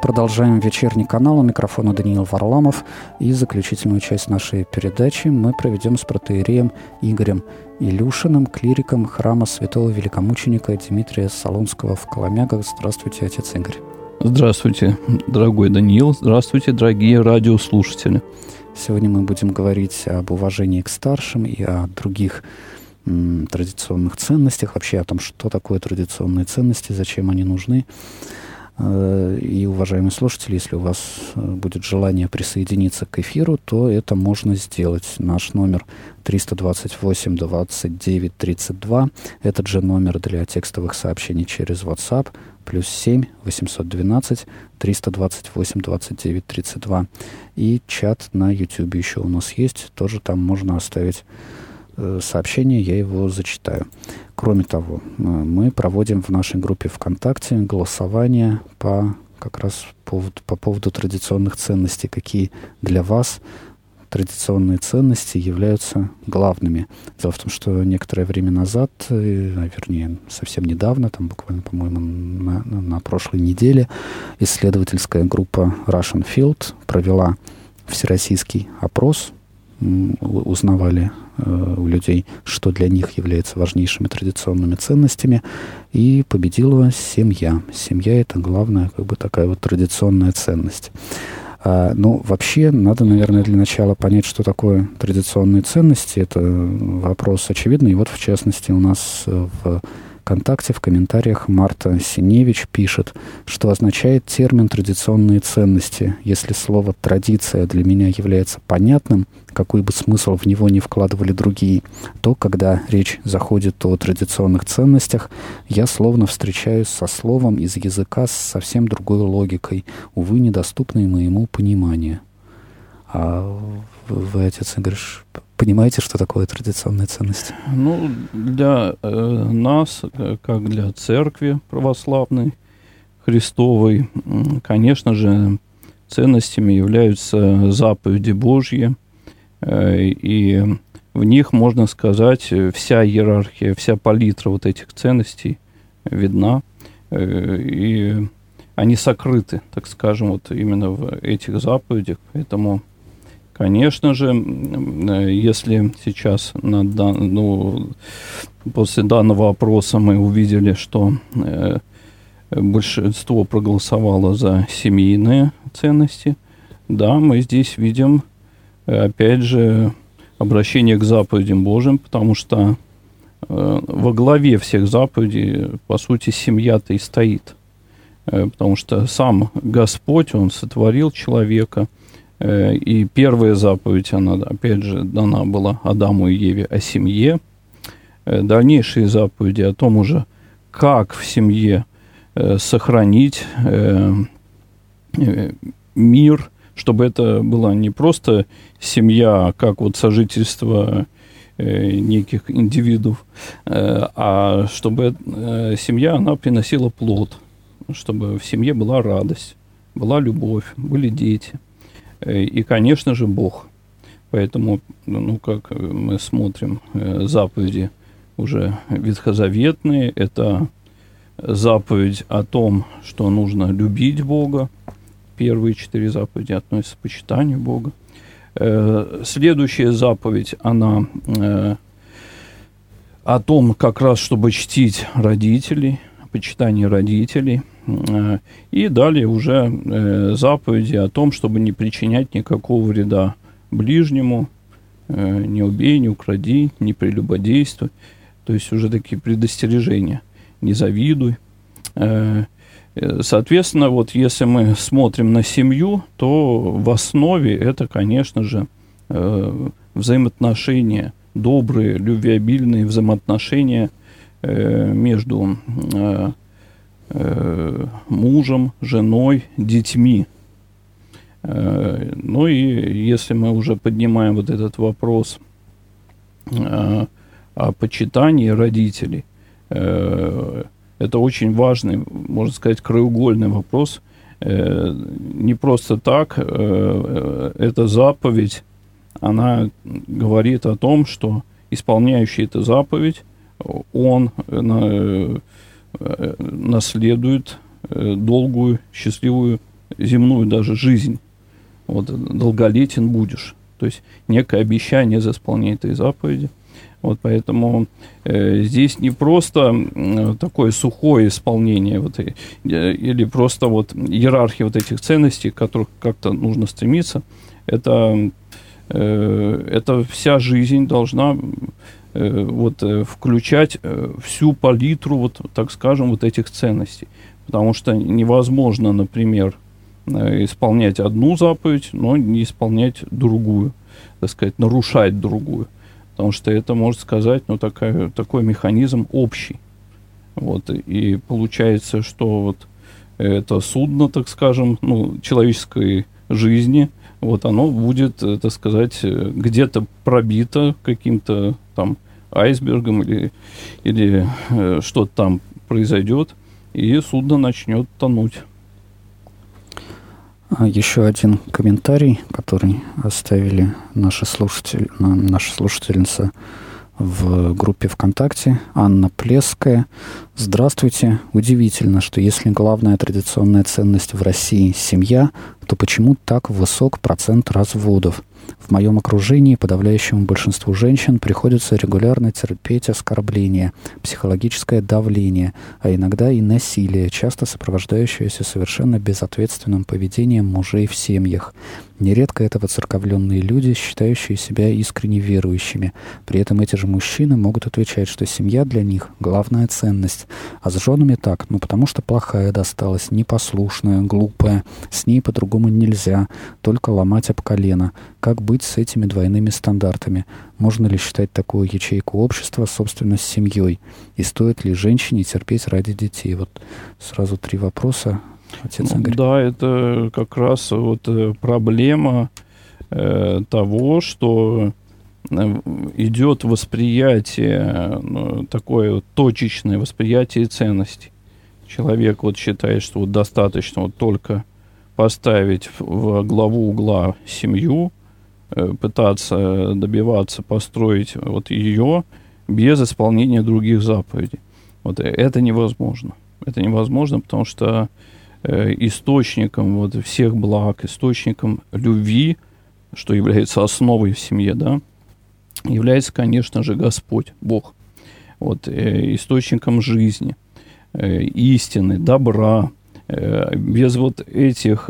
Продолжаем вечерний канал. У микрофона Даниил Варламов. И заключительную часть нашей передачи мы проведем с протоиереем Игорем Илюшиным, клириком храма святого великомученика Дмитрия Солунского в Коломягах. Здравствуйте, отец Игорь. Здравствуйте, дорогой Даниил. Здравствуйте, дорогие радиослушатели. Сегодня мы будем говорить об уважении к старшим и о других традиционных ценностях, вообще о том, что такое традиционные ценности, зачем они нужны. И, уважаемые слушатели, если у вас будет желание присоединиться к эфиру, то это можно сделать. Наш номер 328-29-32. Этот же номер для текстовых сообщений через WhatsApp. +7 812 328 29 32. И чат на YouTube еще у нас есть. Тоже там можно оставить сообщение, я его зачитаю. Кроме того, мы проводим в нашей группе ВКонтакте голосование по поводу традиционных ценностей. Какие для вас традиционные ценности являются главными? Дело в том, что некоторое время назад, вернее, совсем недавно, там буквально, по-моему, на прошлой неделе, исследовательская группа Russian Field провела всероссийский опрос, узнавали у людей, что для них является важнейшими традиционными ценностями, и победила семья. Семья — это главная, такая вот традиционная ценность. Вообще, надо, наверное, для начала понять, что такое традиционные ценности. Это вопрос очевидный. И вот, в частности, у нас в ВКонтакте в комментариях Марта Синевич пишет, что означает термин «традиционные ценности». Если слово «традиция» для меня является понятным, какой бы смысл в него ни вкладывали другие, то, когда речь заходит о традиционных ценностях, я словно встречаюсь со словом из языка с совсем другой логикой, увы, недоступной моему пониманию. А вы, отец Игорь, понимаете, что такое традиционные ценности? Для нас, как для церкви православной, Христовой, конечно же, ценностями являются заповеди Божьи, и в них, можно сказать, вся иерархия, вся палитра вот этих ценностей видна, и они сокрыты, так скажем, вот именно в этих заповедях, поэтому... Конечно же, если сейчас после данного опроса мы увидели, что большинство проголосовало за семейные ценности, да, мы здесь видим, опять же, обращение к заповедям Божьим, потому что во главе всех заповедей, по сути, семья-то и стоит. Потому что сам Господь, Он сотворил человека. И первая заповедь, она, опять же, дана была Адаму и Еве о семье. Дальнейшие заповеди о том уже, как в семье сохранить мир, чтобы это была не просто семья, как вот сожительство неких индивидуумов, а чтобы семья, она приносила плод, чтобы в семье была радость, была любовь, были дети. И, конечно же, Бог. Поэтому, как мы смотрим заповеди уже ветхозаветные, это заповедь о том, что нужно любить Бога. Первые 4 заповеди относятся к почитанию Бога. Следующая заповедь, она о том, как раз, чтобы чтить родителей, почитание родителей. И далее уже заповеди о том, чтобы не причинять никакого вреда ближнему, не убей, не укради, не прелюбодействуй. То есть уже такие предостережения. Не завидуй. Соответственно, вот если мы смотрим на семью, то в основе это, конечно же, взаимоотношения, добрые, любвеобильные взаимоотношения между мужем, женой, детьми. И если мы уже поднимаем вот этот вопрос о почитании родителей, это очень важный, можно сказать, краеугольный вопрос. Не просто так эта заповедь, она говорит о том, что исполняющий эту заповедь, он наследует долгую, счастливую земную даже жизнь. Вот, долголетен будешь. То есть некое обещание за исполнение этой заповеди. Вот поэтому здесь не просто такое сухое исполнение вот, или просто вот иерархия вот этих ценностей, к которым как-то нужно стремиться. Это вся жизнь должна вот, включать всю палитру, вот, так скажем, вот этих ценностей. Потому что невозможно, например, исполнять одну заповедь, но не исполнять другую, так сказать, нарушать другую. Потому что это, можно сказать, ну, такой механизм общий. Вот, и получается, что вот это судно, так скажем, ну, человеческой жизни, вот оно будет, так сказать, где-то пробито каким-то там айсбергом или что-то там произойдет, и судно начнет тонуть. Еще один комментарий, который оставили наша слушательница в группе ВКонтакте, Анна Плеская. Здравствуйте. Удивительно, что если главная традиционная ценность в России – семья, то почему так высок процент разводов? В моем окружении подавляющему большинству женщин приходится регулярно терпеть оскорбления, психологическое давление, а иногда и насилие, часто сопровождающееся совершенно безответственным поведением мужей в семьях. Нередко это воцерковленные люди, считающие себя искренне верующими. При этом эти же мужчины могут отвечать, что семья для них – главная ценность. А с женами так, потому что плохая досталась, непослушная, глупая, с ней по-другому нельзя, только ломать об колено. Как быть с этими двойными стандартами? Можно ли считать такую ячейку общества, собственно, с семьей? И стоит ли женщине терпеть ради детей? Вот сразу 3 вопроса. Отец Игорь. Да, это как раз вот проблема того, что идет восприятие, такое точечное восприятие ценностей. Человек вот считает, что вот достаточно вот только поставить в главу угла семью, пытаться добиваться, построить вот ее без исполнения других заповедей. Вот это невозможно. Это невозможно, потому что источником вот всех благ, источником любви, что является основой в семье, да, является, конечно же, Господь, Бог. Вот, источником жизни, истины, добра. Без вот этих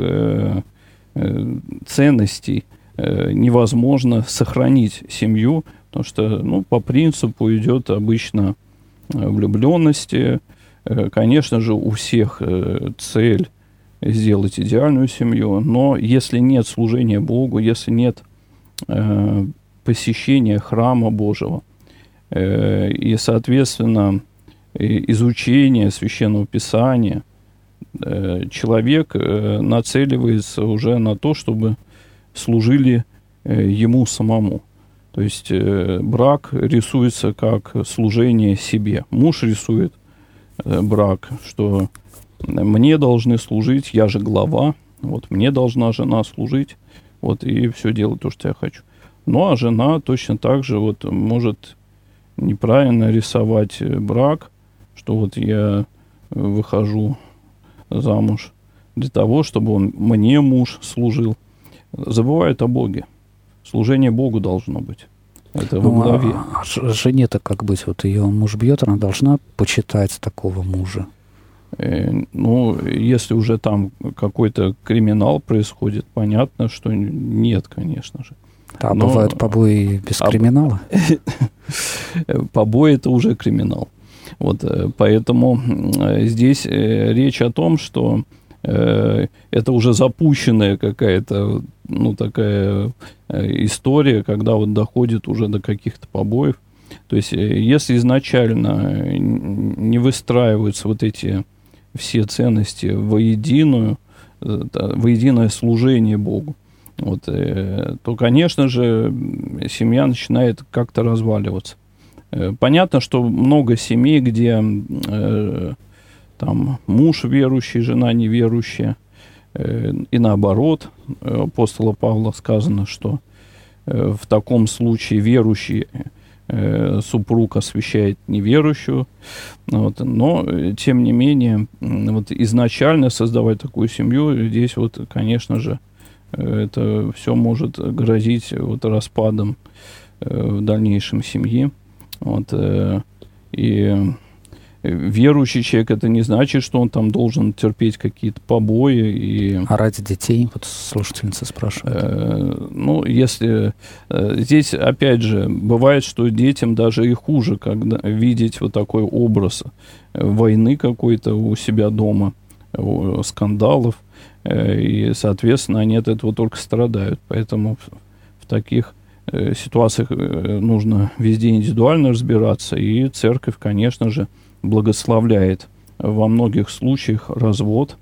ценностей невозможно сохранить семью, потому что, ну, по принципу идет обычно влюбленности. Конечно же, у всех цель сделать идеальную семью, но если нет служения Богу, если нет посещения храма Божьего и, соответственно, изучения Священного Писания, человек нацеливается уже на то, чтобы служили ему самому. То есть брак рисуется как служение себе. Муж рисует брак, что мне должны служить, я же глава, вот мне должна жена служить, вот и все делать то, что я хочу. Ну, а жена точно так же вот может неправильно рисовать брак, что вот я выхожу замуж для того, чтобы мне муж служил. Забывают о Боге. Служение Богу должно быть. Это во главе. Жене-то как быть? Вот ее муж бьет, она должна почитать такого мужа. Ну, если уже там какой-то криминал происходит, понятно, что нет, конечно же. А бывают побои без криминала? Побои — это уже криминал. Вот, поэтому здесь речь о том, что это уже запущенная какая-то, ну, такая история, когда вот доходит уже до каких-то побоев. То есть, если изначально не выстраиваются вот эти все ценности воединое служение Богу, вот, то, конечно же, семья начинает как-то разваливаться. Понятно, что много семей, где там муж верующий, жена неверующая, и наоборот. Апостола Павла сказано, что в таком случае верующий супруг освящает неверующую. Вот. Но, тем не менее, вот изначально создавать такую семью, здесь вот, конечно же, это все может грозить вот распадом в дальнейшем семьи. Вот. И верующий человек, это не значит, что он там должен терпеть какие-то побои. А ради детей, вот слушательница спрашивает. Ну, если... Здесь, опять же, бывает, что детям даже и хуже, когда видеть вот такой образ войны какой-то у себя дома, скандалов, и, соответственно, они от этого только страдают. Поэтому в таких ситуациях нужно везде индивидуально разбираться, и церковь, конечно же, благословляет во многих случаях развод.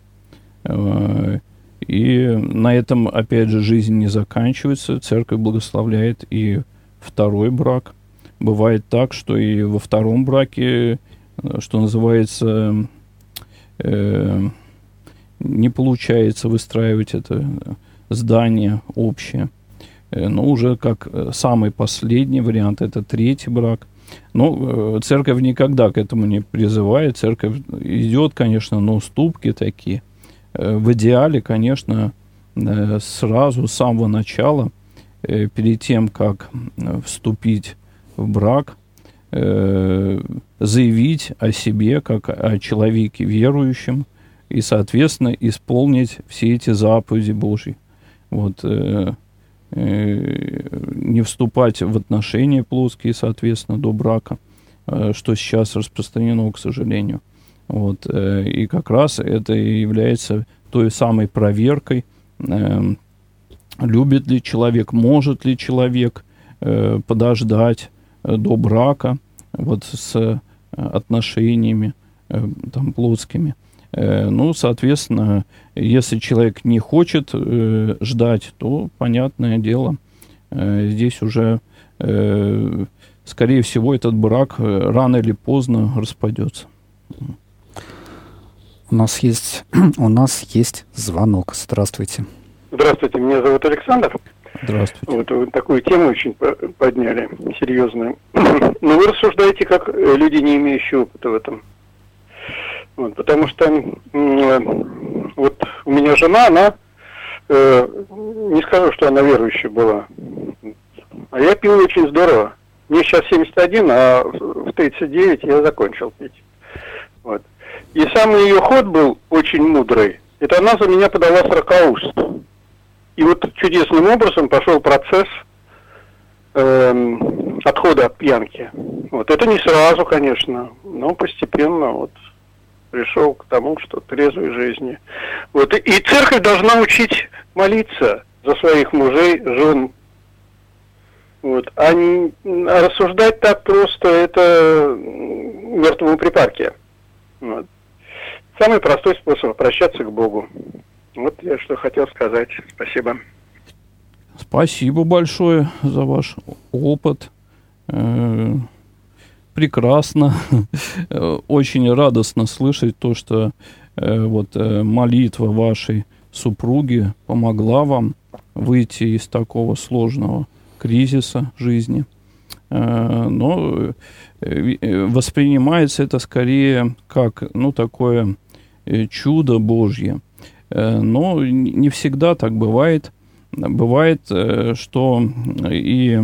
И на этом, опять же, жизнь не заканчивается. Церковь благословляет и второй брак. Бывает так, что и во втором браке, что называется, не получается выстраивать это здание общее. Но уже как самый последний вариант, это третий брак. Но церковь никогда к этому не призывает. Церковь идет, конечно, на уступки такие. В идеале, конечно, сразу, с самого начала, перед тем, как вступить в брак, заявить о себе, как о человеке верующем, и, соответственно, исполнить все эти заповеди Божьи. Вот, не вступать в отношения плотские, соответственно, до брака, что сейчас распространено, к сожалению. Вот, и как раз это и является той самой проверкой, любит ли человек, может ли человек подождать до брака вот, с отношениями там, плотскими. Ну, соответственно, если человек не хочет ждать, то, понятное дело, здесь уже, скорее всего, этот брак рано или поздно распадется. У нас есть звонок. Здравствуйте. Здравствуйте, меня зовут Александр. Здравствуйте. Вот вы такую тему очень подняли, серьезную. Но вы рассуждаете, как люди, не имеющие опыта в этом. Вот, потому что вот у меня жена, она, не скажу, что она верующая была, а я пил очень здорово. Мне сейчас 71, а в 39 я закончил пить. Вот. И самый ее ход был очень мудрый. Это она за меня подала 40 уст. И вот чудесным образом пошел процесс отхода от пьянки. Вот. Это не сразу, конечно, но постепенно вот пришел к тому, что трезвой жизни. Вот. И церковь должна учить молиться за своих мужей, жен. Вот. А рассуждать так просто, это мертвому припарке. Вот. Самый простой способ обращаться к Богу. Вот я что хотел сказать. Спасибо. Спасибо большое за ваш опыт. Прекрасно. Очень радостно слышать то, что вот молитва вашей супруги помогла вам выйти из такого сложного кризиса жизни. Но воспринимается это скорее как, такое чудо Божье. Но не всегда так бывает. Бывает, что и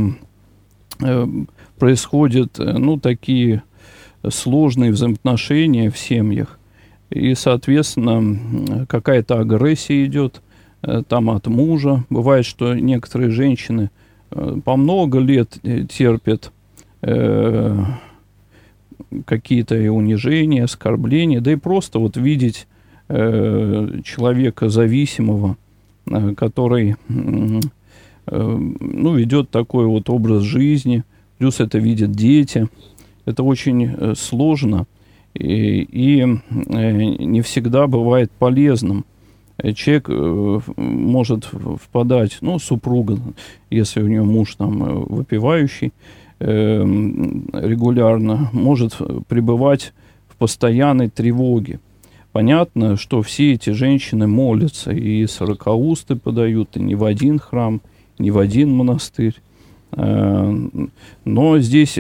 происходят, такие сложные взаимоотношения в семьях. И, соответственно, какая-то агрессия идет там от мужа. Бывает, что некоторые женщины по много лет терпят какие-то и унижения, оскорбления, да и просто вот видеть человека зависимого, который ведет такой вот образ жизни, плюс это видят дети. Это очень сложно и не всегда бывает полезным. Человек может впадать, супруга, если у нее муж там выпивающий регулярно, может пребывать в постоянной тревоге. Понятно, что все эти женщины молятся и 40 усты подают, и не в один храм, не в один монастырь. Но здесь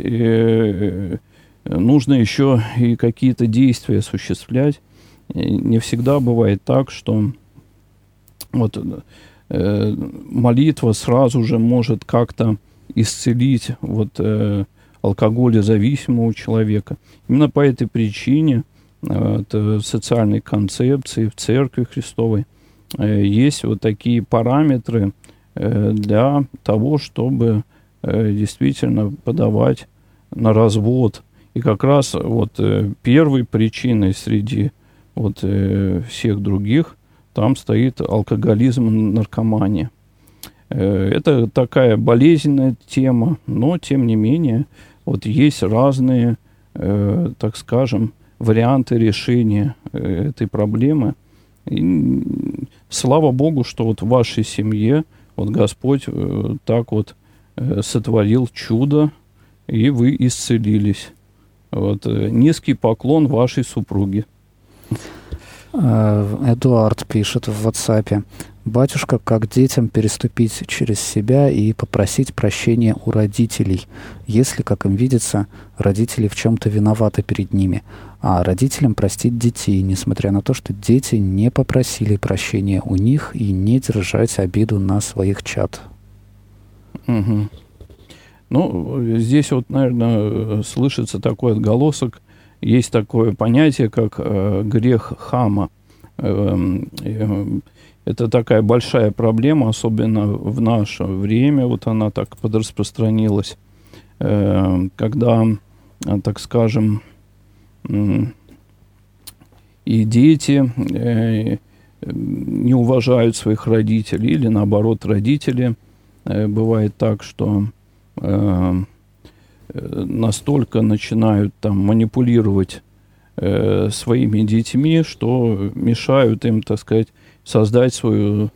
нужно еще и какие-то действия осуществлять. Не всегда бывает так, что вот молитва сразу же может как-то исцелить вот алкоголезависимого человека. Именно по этой причине в социальной концепции, в Церкви Христовой есть вот такие параметры для того, чтобы действительно подавать на развод. И как раз вот первой причиной среди вот всех других там стоит алкоголизм, наркомания. Это такая болезненная тема, но тем не менее вот есть разные, так скажем, варианты решения этой проблемы. И слава Богу, что вот в вашей семье вот Господь так вот сотворил чудо, и вы исцелились. Вот, низкий поклон вашей супруге. Эдуард пишет в WhatsApp: «Батюшка, как детям переступить через себя и попросить прощения у родителей, если, как им видится, родители в чем-то виноваты перед ними, а родителям простить детей, несмотря на то, что дети не попросили прощения у них, и не держать обиду на своих чад». Угу. Ну, здесь вот, наверное, слышится такой отголосок. Есть такое понятие, как грех Хама. Это такая большая проблема, особенно в наше время. Вот она так подраспространилась. Когда, так скажем, и дети не уважают своих родителей, или наоборот, родители. Бывает так, что настолько начинают там манипулировать своими детьми, что мешают им, так сказать, создать свою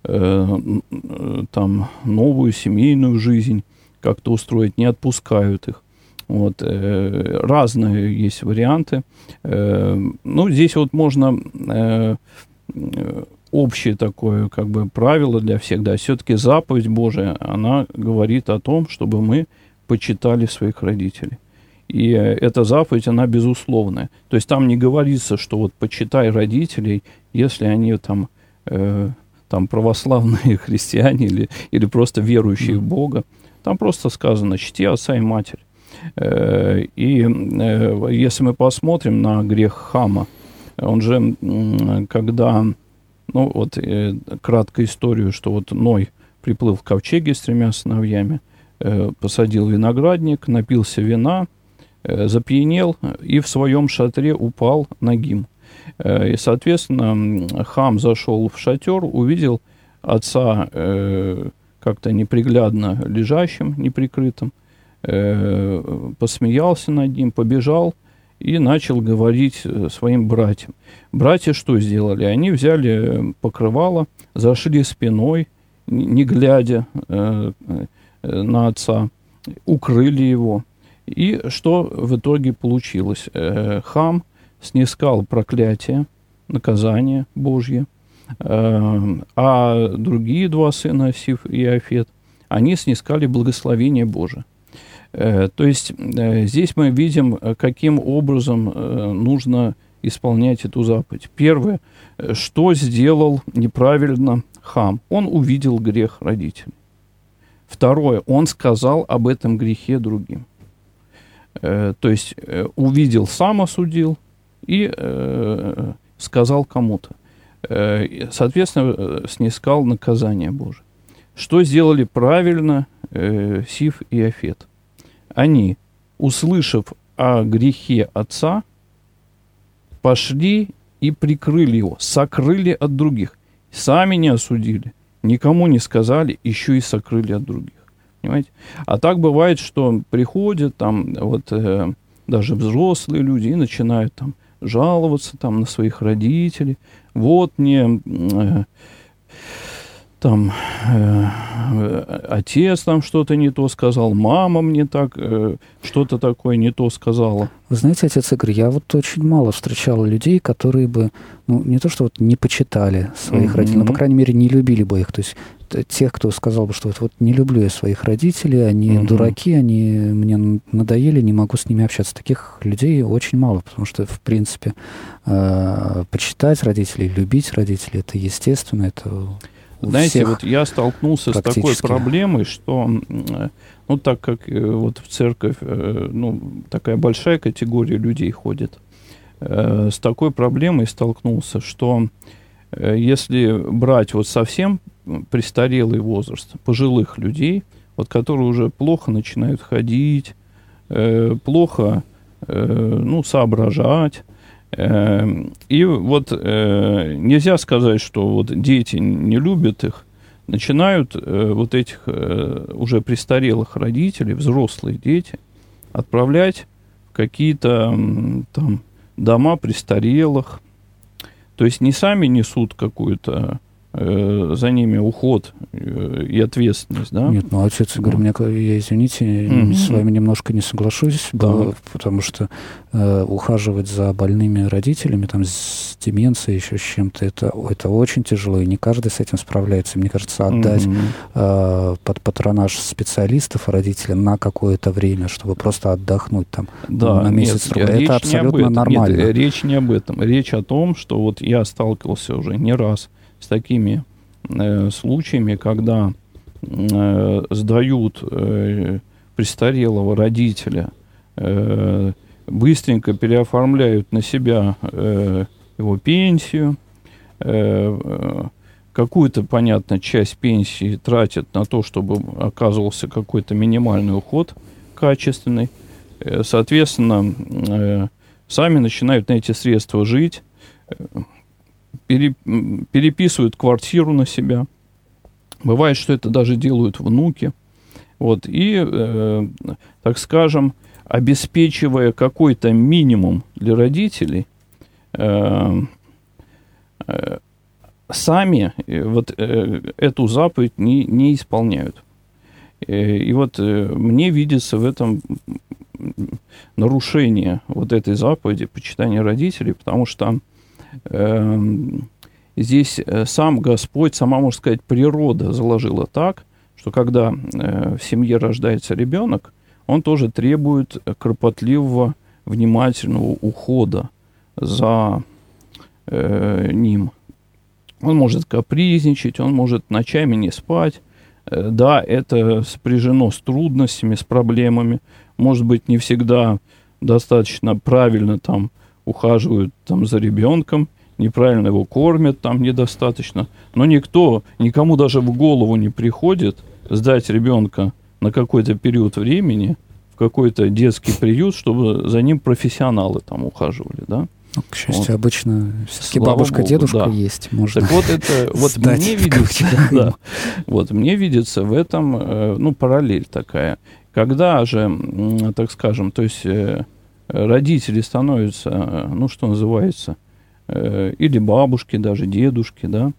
там новую семейную жизнь, как-то устроить, не отпускают их. Вот, разные есть варианты. Ну, здесь вот можно общее такое как бы правило для всех, да, все-таки заповедь Божия, она говорит о том, чтобы мы почитали своих родителей. И эта заповедь, она безусловная. То есть там не говорится, что вот почитай родителей, если они там, там православные христиане или просто верующие в Бога. Там просто сказано: чти отца и матерь. И если мы посмотрим на грех Хама, он же, когда, ну вот краткая история, что вот Ной приплыл в ковчеге с 3 сыновьями, посадил виноградник, напился вина, запьянел и в своем шатре упал нагим. И, соответственно, Хам зашел в шатер, увидел отца как-то неприглядно лежащим, неприкрытым, посмеялся над ним, побежал и начал говорить своим братьям. Братья что сделали? Они взяли покрывало, зашли спиной, не глядя на отца, укрыли его. И что в итоге получилось? Хам снискал проклятие, наказание Божье, а другие 2 сына, Сиф и Иофет, они снискали благословение Божие. То есть здесь мы видим, каким образом нужно исполнять эту заповедь. Первое, что сделал неправильно Хам? Он увидел грех родителей. Второе, он сказал об этом грехе другим. То есть увидел, сам осудил и сказал кому-то. Соответственно, снискал наказание Божие. Что сделали правильно Сиф и Иофет? Они, услышав о грехе отца, пошли и прикрыли его, сокрыли от других. Сами не осудили, никому не сказали, еще и сокрыли от других. Понимаете? А так бывает, что приходят там вот даже взрослые люди и начинают там жаловаться там на своих родителей. Вот мне там отец там что-то не то сказал, мама мне так что-то такое не то сказала. Вы знаете, отец Игорь, я вот очень мало встречал людей, которые бы, ну, не то что вот не почитали своих родителей, но, по крайней мере, не любили бы их. То есть тех, кто сказал бы, что вот не люблю я своих родителей, они дураки, они мне надоели, не могу с ними общаться. Таких людей очень мало, потому что, в принципе, почитать родителей, любить родителей, это естественно, это... Знаете, вот я столкнулся с такой проблемой, что, ну, так как вот в церковь, ну, такая большая категория людей ходит, с такой проблемой столкнулся, что если брать вот совсем престарелый возраст пожилых людей, вот которые уже плохо начинают ходить, плохо, ну, соображать, и вот нельзя сказать, что вот дети не любят их, начинают вот этих уже престарелых родителей, взрослые дети, отправлять в какие-то там дома престарелых, то есть не сами несут какую-то за ними уход и ответственность, да? Нет, ну, отец Игорь, я, извините, с вами немножко не соглашусь, потому что ухаживать за больными родителями, там, с деменцией, еще с чем-то, это очень тяжело, и не каждый с этим справляется. Мне кажется, отдать под патронаж специалистов родителей на какое-то время, чтобы просто отдохнуть там на месяц, это абсолютно нормально. Нет, речь не об этом. Речь о том, что вот я сталкивался уже не раз с такими случаями, когда сдают престарелого родителя, быстренько переоформляют на себя его пенсию, какую-то, понятно, часть пенсии тратят на то, чтобы оказывался какой-то минимальный уход качественный. Соответственно, сами начинают на эти средства жить, переписывают квартиру на себя. Бывает, что это даже делают внуки. Вот. И, так скажем, обеспечивая какой-то минимум для родителей, сами вот эту заповедь не исполняют. И вот мне видится в этом нарушение вот этой заповеди почитания родителей, потому что здесь сам Господь, сама, можно сказать, природа заложила так, что когда в семье рождается ребенок, он тоже требует кропотливого, внимательного ухода за ним. Он может капризничать, он может ночами не спать. Да, это сопряжено с трудностями, с проблемами. Может быть, не всегда достаточно правильно там ухаживают там за ребенком, неправильно его кормят там недостаточно. Но никому даже в голову не приходит сдать ребенка на какой-то период времени в какой-то детский приют, чтобы за ним профессионалы там ухаживали, да? Ну, к счастью, обычно все-таки бабушка, дедушка есть. Можно так вот это, вот мне видится, да, вот мне видится в этом, ну, параллель такая. Когда же, так скажем, то есть родители становятся, ну, что называется, или бабушки, даже дедушки, да,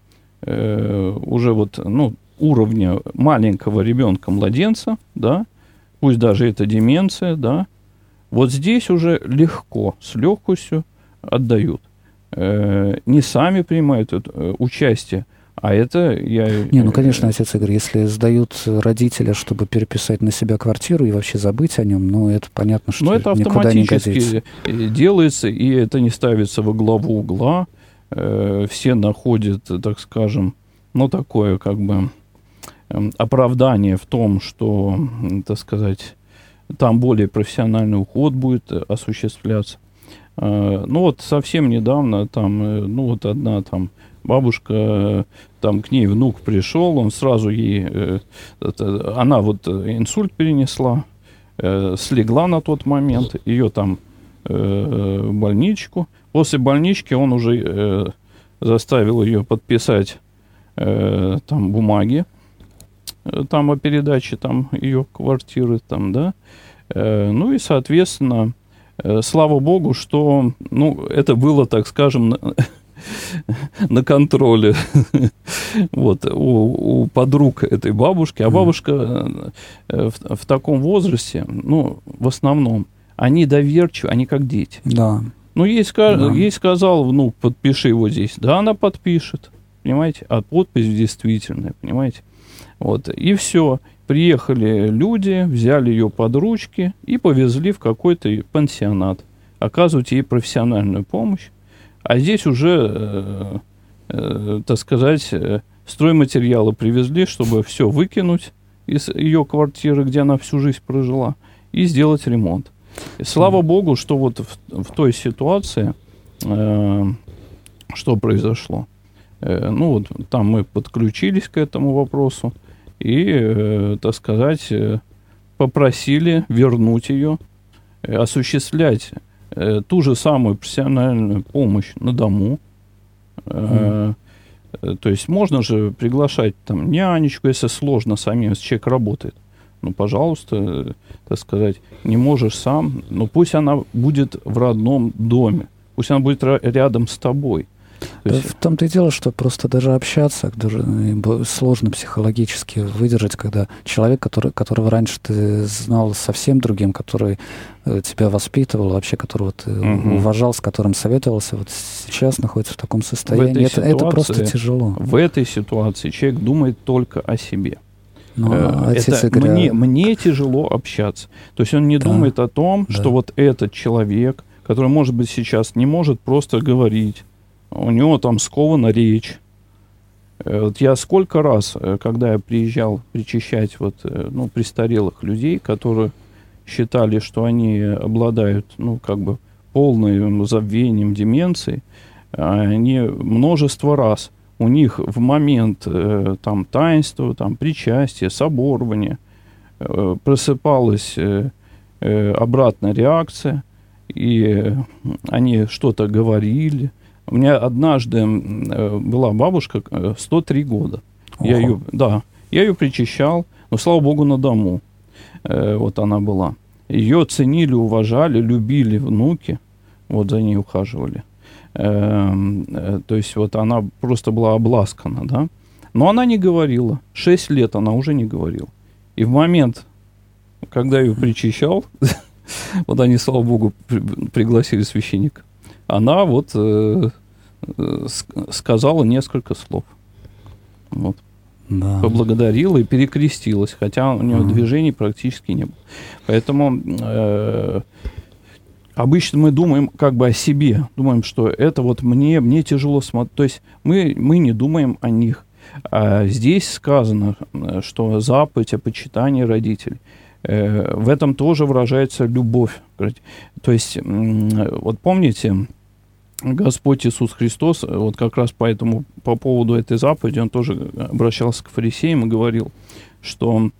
уже вот, ну, уровня маленького ребенка, младенца, да, пусть даже это деменция, да, вот здесь уже легко, с легкостью отдают. Не сами принимают участие, а это я... Не, ну, конечно, отец Игорь, если сдают родителя, чтобы переписать на себя квартиру и вообще забыть о нем, ну, это понятно, что это никуда не годится. автоматически делается, и это не ставится во главу угла. Все находят, так скажем, ну, такое, как бы, оправдание в том, что, так сказать, там более профессиональный уход будет осуществляться. Ну, вот совсем недавно там, ну, вот одна там бабушка, там к ней внук пришел, он сразу ей, она вот инсульт перенесла, слегла на тот момент, ее там в больничку. После больнички он уже заставил ее подписать там бумаги, там о передаче там ее квартиры, там, да. Ну и, соответственно, слава богу, что, ну, это было, так скажем, на контроле. Вот, у подруг этой бабушки. А бабушка в таком возрасте, ну, в основном, они доверчивы, они как дети. Да. Ну, ей сказал внук, подпиши его здесь. Да, она подпишет, понимаете? А подпись действительная, понимаете? Вот, и все. Приехали люди, взяли ее под ручки и повезли в какой-то пансионат. Оказывать ей профессиональную помощь. А здесь уже, так сказать, стройматериалы привезли, чтобы все выкинуть из ее квартиры, где она всю жизнь прожила, и сделать ремонт. И слава богу, что вот в той ситуации, что произошло. Ну вот там мы подключились к этому вопросу и, так сказать, попросили вернуть ее, осуществлять ту же самую профессиональную помощь на дому. То есть можно же приглашать там нянечку, если сложно самим, если человек работает. Ну, пожалуйста, так сказать, не можешь сам, но пусть она будет в родном доме, пусть она будет рядом с тобой. Да, в том-то и дело, что просто даже общаться даже сложно психологически выдержать, когда человек, которого раньше ты знал совсем другим, который тебя воспитывал, вообще которого ты уважал, с которым советовался, вот сейчас находится в таком состоянии. Это просто тяжело. В этой ситуации человек думает только о себе. Это мне тяжело общаться. То есть он не думает о том, что вот этот человек, который, может быть, сейчас не может просто говорить, у него там скована речь. Вот я сколько раз, когда я приезжал причащать престарелых людей, которые считали, что они обладают, полным забвением, деменцией, они множество раз у них в момент таинства, причастия, соборования просыпалась обратная реакция, и они что-то говорили. У меня однажды была бабушка, 103 года. Я ее причащал, но, слава богу, на дому. Вот она была. Ее ценили, уважали, любили внуки, вот за ней ухаживали. То есть вот она просто была обласкана, да. Но она не говорила. 6 лет она уже не говорила. И в момент, когда я ее причащал, вот они, слава богу, пригласили священника, она вот сказала несколько слов. Вот. Да. Поблагодарила и перекрестилась, хотя у нее движений практически не было. Поэтому обычно мы думаем как бы о себе, думаем, что это вот мне тяжело смотреть. То есть мы не думаем о них. А здесь сказано, что заповедь о почитании родителей. В этом тоже выражается любовь. То есть, вот помните, Господь Иисус Христос, вот как раз по поводу этой заповеди, он тоже обращался к фарисеям и говорил, что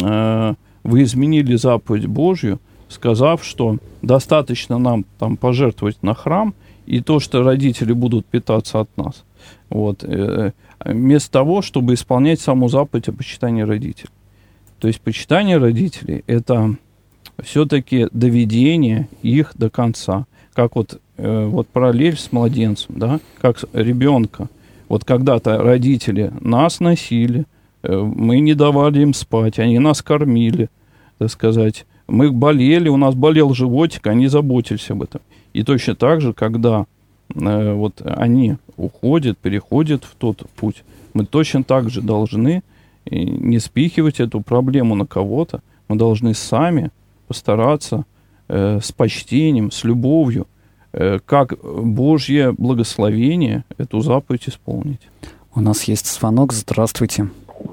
вы изменили заповедь Божью, сказав, что достаточно нам там пожертвовать на храм, и то, что родители будут питаться от нас. Вот, вместо того, чтобы исполнять саму заповедь о почитании родителей. То есть почитание родителей – это все-таки доведение их до конца. Как вот параллель с младенцем, да, как ребенка. Вот когда-то родители нас носили, мы не давали им спать, они нас кормили, так сказать. Мы болели, у нас болел животик, они заботились об этом. И точно так же, когда вот они уходят, переходят в тот путь, мы точно так же должны не спихивать эту проблему на кого-то. Мы должны сами постараться с почтением, с любовью, как Божье благословение эту заповедь исполнить. У нас есть звонок. Здравствуйте.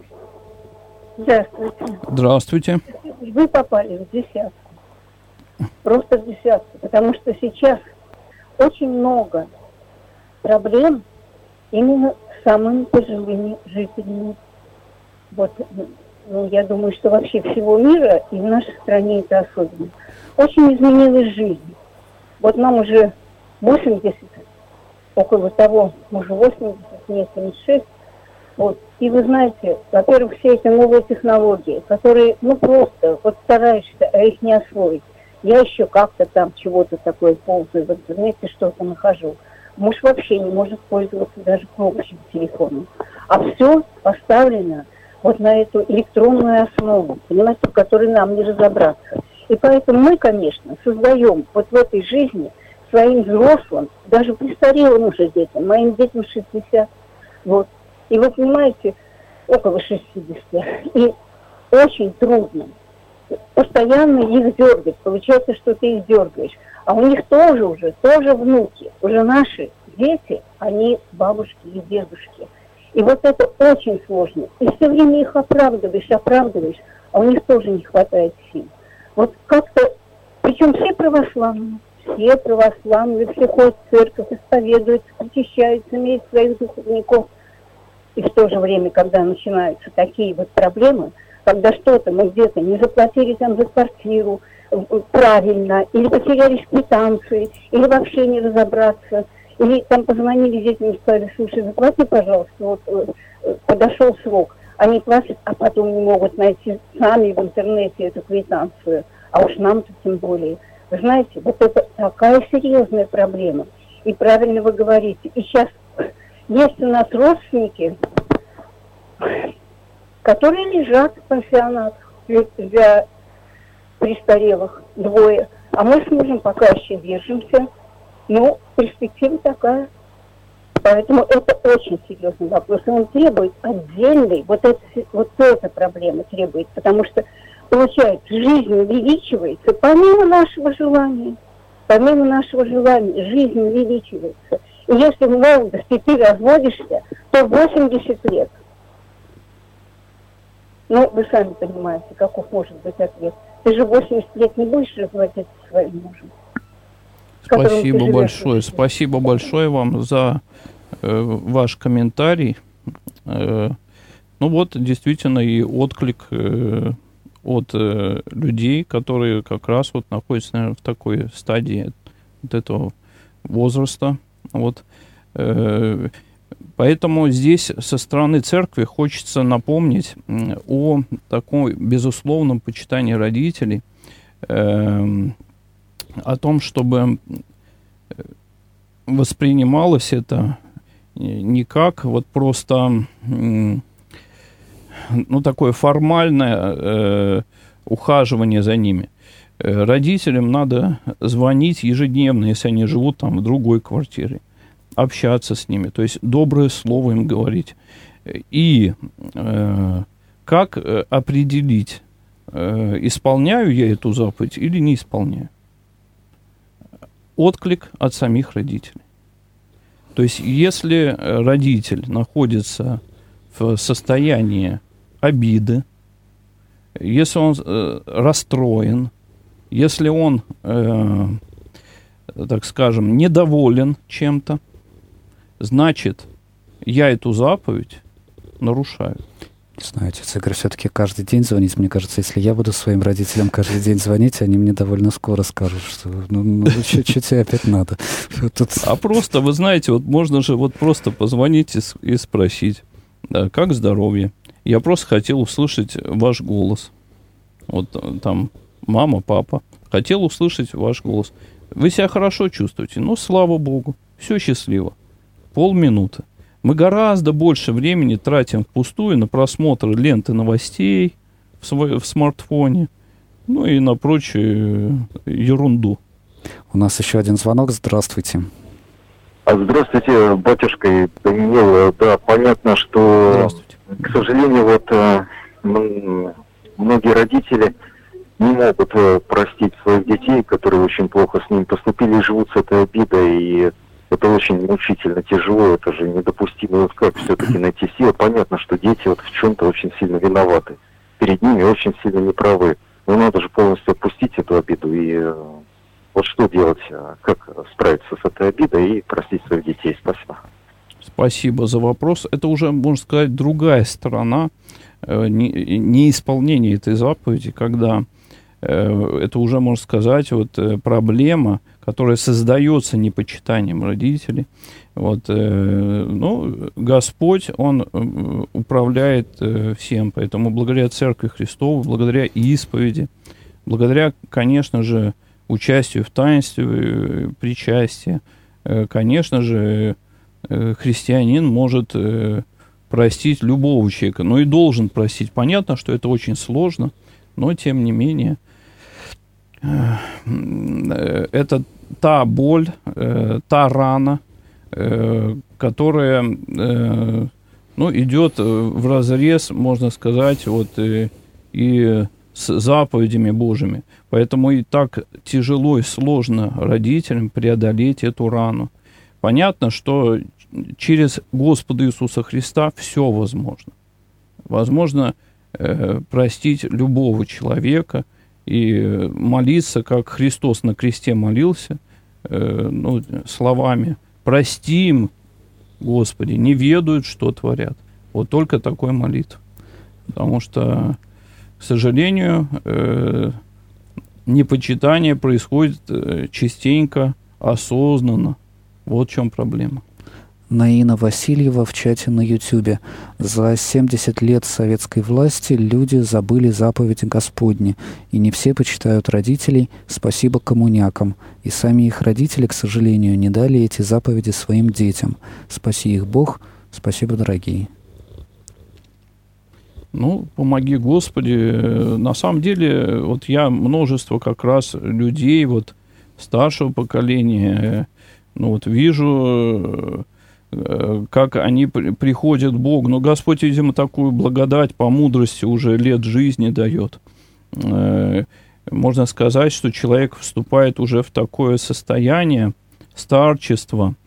Здравствуйте. Здравствуйте. Вы попали в десятку. Просто в десятку. Потому что сейчас очень много проблем именно с самыми пожилыми жителями. Вот, я думаю, что вообще всего мира, и в нашей стране это особенно. Очень изменилась жизнь. Вот нам уже 80, около того, уже 80, мне 76. Вот. И вы знаете, во-первых, все эти новые технологии, которые, просто, вот стараешься, а их не освоить. Я еще как-то там чего-то такое ползаю в интернете, что-то нахожу. Муж вообще не может пользоваться даже кнопочным телефоном. А все поставлено вот на эту электронную основу, понимаете, в которой нам не разобраться. И поэтому мы, конечно, создаем вот в этой жизни своим взрослым, даже престарелым уже детям, моим детям 60, вот. И вы понимаете, около 60. И очень трудно постоянно их дергать. Получается, что ты их дергаешь. А у них тоже внуки. Уже наши дети, они бабушки и дедушки. И вот это очень сложно. И все время их оправдываешь, а у них тоже не хватает сил. Вот как-то, причем все православные, все ходят в церковь, исповедуются, причащаются, имеют своих духовников. И в то же время, когда начинаются такие вот проблемы, когда что-то мы где-то не заплатили там за квартиру правильно, или потеряли квитанции, или вообще не разобраться, или там позвонили детям и сказали: слушай, заплати, пожалуйста, вот подошел срок. Они платят, а потом не могут найти сами в интернете эту квитанцию. А уж нам-то тем более. Вы знаете, вот это такая серьезная проблема. И правильно вы говорите. И сейчас есть у нас родственники, которые лежат в пансионатах для престарелых, 2. А мы с мужем пока еще держимся. Ну, перспектива такая. Поэтому это очень серьезный вопрос. И он требует отдельной, вот эта проблема требует, потому что, получается, жизнь увеличивается помимо нашего желания. Жизнь увеличивается. И если в молодости ты разводишься, то 80 лет. Ну, вы сами понимаете, каков может быть ответ. Ты же 80 лет не будешь разводиться со своим мужем. Спасибо большое вам за ваш комментарий. Ну вот, действительно, и отклик от людей, которые как раз вот находятся, наверное, в такой стадии вот этого возраста. Вот. Поэтому здесь со стороны церкви хочется напомнить о таком безусловном почитании родителей, о том, чтобы воспринималось это не как вот просто такое формальное ухаживание за ними. Родителям надо звонить ежедневно, если они живут там в другой квартире, общаться с ними, то есть доброе слово им говорить. И как определить, исполняю я эту заповедь или не исполняю? Отклик от самих родителей. То есть, если родитель находится в состоянии обиды, если он расстроен, если он, так скажем, недоволен чем-то, значит, я эту заповедь нарушаю. Не знаю, отец Игорь, все-таки каждый день звонить, мне кажется, если я буду своим родителям каждый день звонить, они мне довольно скоро скажут, что что тебе опять надо. А просто, вы знаете, вот можно же вот просто позвонить и спросить, да, как здоровье? Я просто хотел услышать ваш голос. Вот там мама, папа. Хотел услышать ваш голос. Вы себя хорошо чувствуете? Ну, слава богу. Все счастливо. Полминуты. Мы гораздо больше времени тратим впустую на просмотр ленты новостей в смартфоне, ну и на прочую ерунду. У нас еще один звонок. Здравствуйте. Здравствуйте, батюшка Даниил. Да, понятно, что, к сожалению, вот многие родители не могут простить своих детей, которые очень плохо с ними поступили, и живут с этой обидой, и это очень мучительно, тяжело, это же недопустимо. Вот как все-таки найти силы? Понятно, что дети вот в чем-то очень сильно виноваты. Перед ними очень сильно неправы. Но надо же полностью отпустить эту обиду. И вот что делать? Как справиться с этой обидой и простить своих детей? Спасибо. Спасибо за вопрос. Это уже, можно сказать, другая сторона неисполнения этой заповеди, когда это уже, можно сказать, вот проблема, которая создается непочитанием родителей. Вот, Господь, Он управляет всем, поэтому благодаря Церкви Христовой, благодаря исповеди, благодаря, конечно же, участию в таинстве, причастии, конечно же, христианин может простить любого человека, но и должен простить. Понятно, что это очень сложно, но тем не менее это та боль, та рана, которая идет вразрез, можно сказать, и с заповедями Божьими. Поэтому и так тяжело и сложно родителям преодолеть эту рану. Понятно, что через Господа Иисуса Христа все возможно. Возможно простить любого человека и молиться, как Христос на кресте молился, словами «Прости им, Господи, не ведают, что творят». Вот только такой молитвой. Потому что, к сожалению, непочитание происходит частенько, осознанно. Вот в чем проблема. Наина Васильева в чате на Ютьюбе. За 70 лет советской власти люди забыли заповеди Господни, и не все почитают родителей, спасибо коммунякам. И сами их родители, к сожалению, не дали эти заповеди своим детям. Спаси их Бог, спасибо, дорогие. Помоги, Господи. На самом деле, я множество как раз людей, старшего поколения, вижу, как они приходят к Богу. Но Господь, видимо, такую благодать по мудрости уже лет жизни дает. Можно сказать, что человек вступает уже в такое состояние старчества.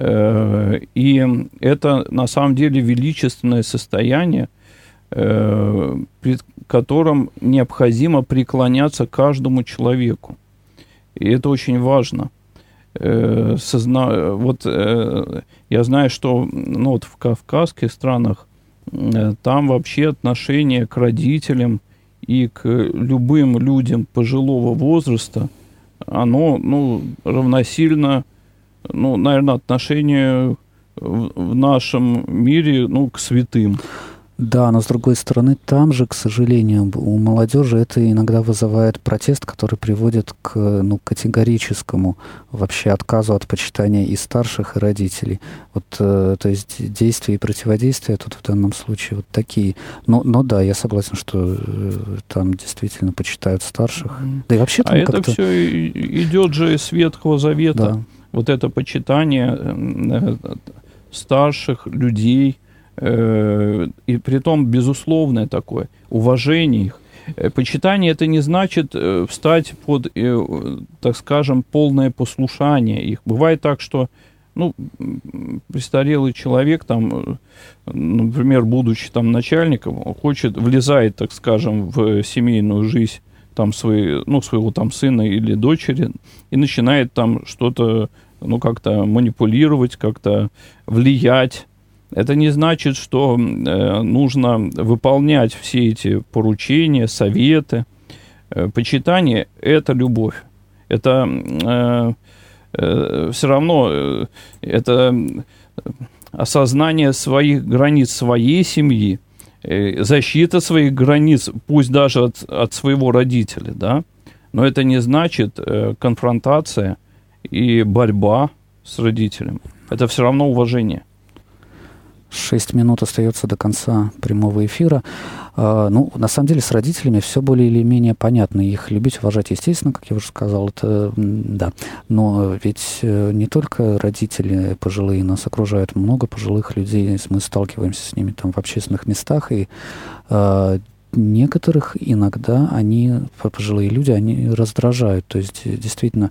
И это, на самом деле, величественное состояние, перед которым необходимо преклоняться каждому человеку. И это очень важно. Я знаю, что в кавказских странах там вообще отношение к родителям и к любым людям пожилого возраста, оно равносильно, наверное, отношению в нашем мире к святым. Да, но с другой стороны, там же, к сожалению, у молодежи это иногда вызывает протест, который приводит к категорическому вообще отказу от почитания и старших, и родителей. То есть действия и противодействия тут в данном случае такие. Но да, я согласен, что там действительно почитают старших. Да и вообще там это все идет же из Ветхого Завета. Да. Это почитание старших людей, и притом безусловное такое, уважение их. Почитание — это не значит встать под, так скажем, полное послушание их. Бывает так, что престарелый человек, например, будучи начальником, влезает, так скажем, в семейную жизнь своего сына или дочери и начинает что-то, как-то манипулировать, как-то влиять. Это не значит, что нужно выполнять все эти поручения, советы. Почитание – это любовь. Это все равно это осознание своих границ своей семьи, защита своих границ, пусть даже от своего родителя, да? Но это не значит конфронтация и борьба с родителем. Это все равно уважение. 6 минут остается до конца прямого эфира. На самом деле, с родителями все более или менее понятно. Их любить, уважать, естественно, как я уже сказал, это да. Но ведь не только родители пожилые, нас окружают много пожилых людей, мы сталкиваемся с ними в общественных местах, и некоторых иногда пожилые люди, они раздражают. То есть, действительно,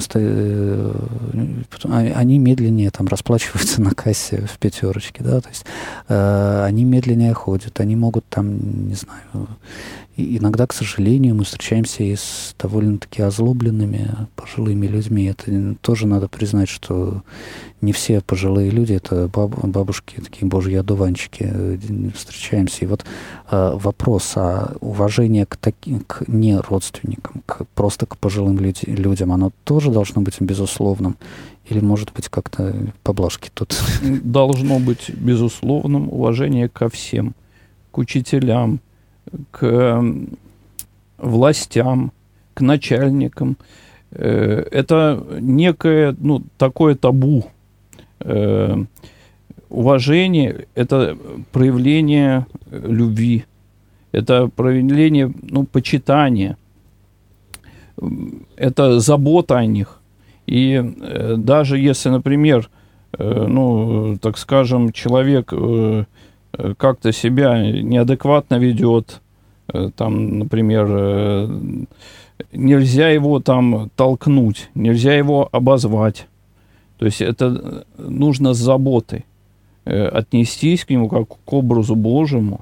они медленнее расплачиваются на кассе в пятерочке, да, то есть они медленнее ходят, они могут не знаю. И иногда, к сожалению, мы встречаемся и с довольно-таки озлобленными пожилыми людьми. Это тоже надо признать, что не все пожилые люди, это бабушки, такие божьи одуванчики, встречаемся. И вопрос о уважении к не родственникам, просто к пожилым людям, оно тоже должно быть безусловным? Или, может быть, как-то поблажки тут? Должно быть безусловным уважение ко всем, к учителям, к властям, к начальникам. это некое, такое табу. Уважение – это проявление любви, это проявление, почитания, это забота о них. И даже если, например, так скажем, человек как-то себя неадекватно ведет, там, например, нельзя его там толкнуть, нельзя его обозвать. То есть это нужно с заботой отнестись к нему как к образу Божьему.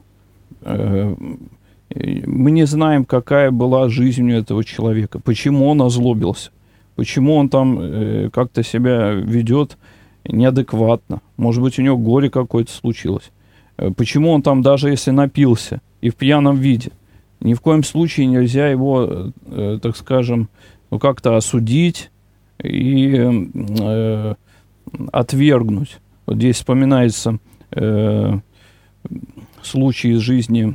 Мы не знаем, какая была жизнь у этого человека, почему он озлобился, почему он там как-то себя ведет неадекватно. Может быть, у него горе какое-то случилось. Почему он там, даже если напился и в пьяном виде, ни в коем случае нельзя его, так скажем, как-то осудить и отвергнуть. Вот здесь вспоминается случай из жизни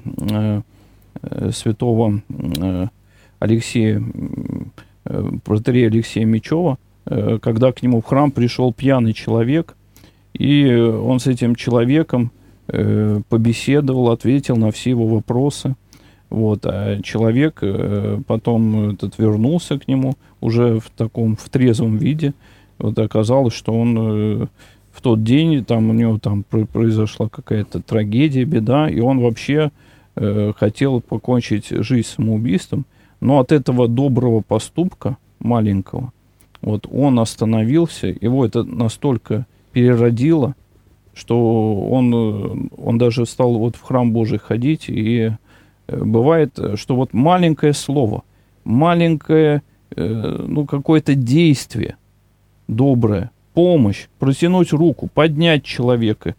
святого Алексея, протоиерея Алексея Мечева, когда к нему в храм пришел пьяный человек, и он с этим человеком побеседовал, ответил на все его вопросы. Вот, а человек потом вернулся к нему уже в трезвом виде. Вот оказалось, что он в тот день, там у него там произошла какая-то трагедия, беда, и он вообще хотел покончить жизнь самоубийством. Но от этого доброго поступка, маленького, вот он остановился, его это настолько переродило, что он даже стал вот в храм Божий ходить, и бывает, что вот маленькое слово, маленькое, какое-то действие доброе, помощь, протянуть руку, поднять человека,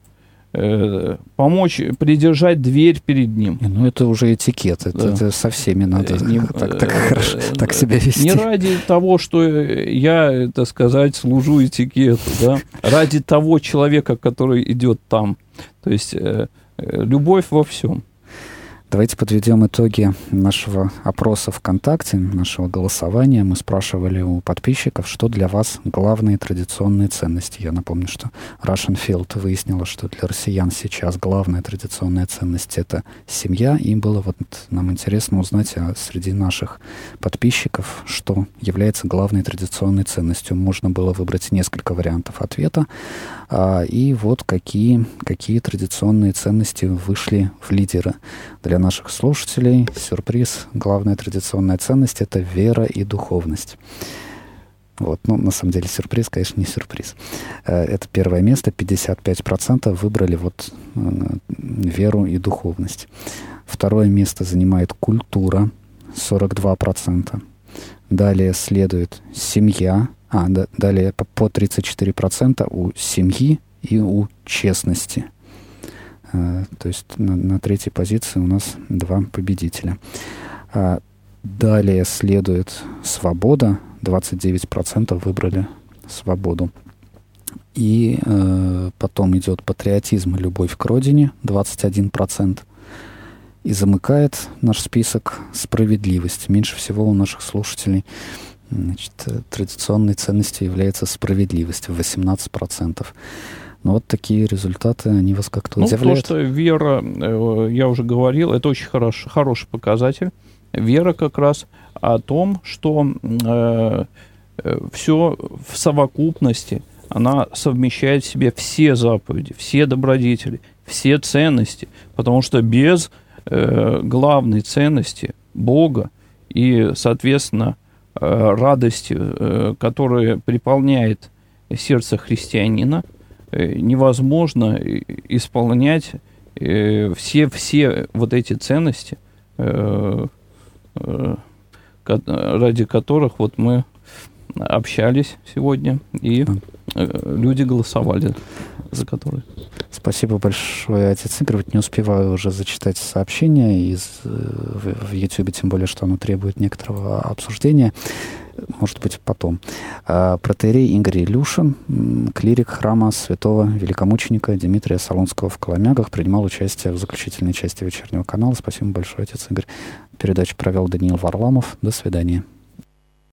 помочь придержать дверь перед ним. Это уже этикет, это со всеми надо так себя вести. Не ради того, что я, так сказать, служу этикету, да, ради того человека, который идет там. То есть любовь во всем. Давайте подведем итоги нашего опроса ВКонтакте, нашего голосования. Мы спрашивали у подписчиков, что для вас главные традиционные ценности. Я напомню, что Russian Field выяснила, что для россиян сейчас главная традиционная ценность — это семья. И было нам интересно узнать среди наших подписчиков, что является главной традиционной ценностью. Можно было выбрать несколько вариантов ответа. И вот какие традиционные ценности вышли в лидеры. Для наших слушателей сюрприз. Главная традиционная ценность — это вера и духовность. На самом деле сюрприз, конечно, не сюрприз. Это первое место. 55% выбрали веру и духовность. Второе место занимает культура. 42%. Далее следует семья. Далее по 34% у семьи и у честности. То есть на третьей позиции у нас 2 победителя. Далее следует свобода. 29% выбрали свободу. И потом идет патриотизм и любовь к родине. 21%. И замыкает наш список справедливость. Меньше всего у наших слушателей традиционной ценностью является справедливость. 18%. Но такие результаты, они вас как-то удивляют? Потому что вера, я уже говорил, это очень хороший показатель. Вера как раз о том, что все в совокупности, она совмещает в себе все заповеди, все добродетели, все ценности. Потому что без главной ценности Бога и, соответственно, радости, которая переполняет сердце христианина, невозможно исполнять все вот эти ценности, ради которых мы общались сегодня, и люди голосовали за которые. Спасибо большое, отец Игорь. Не успеваю уже зачитать сообщения в YouTube, тем более, что оно требует некоторого обсуждения. Может быть, потом. Протоиерей Игорь Илюшин, клирик храма святого великомученика Дмитрия Солунского в Коломягах, принимал участие в заключительной части вечернего канала. Спасибо большое, отец Игорь. Передачу провел Даниил Варламов. До свидания.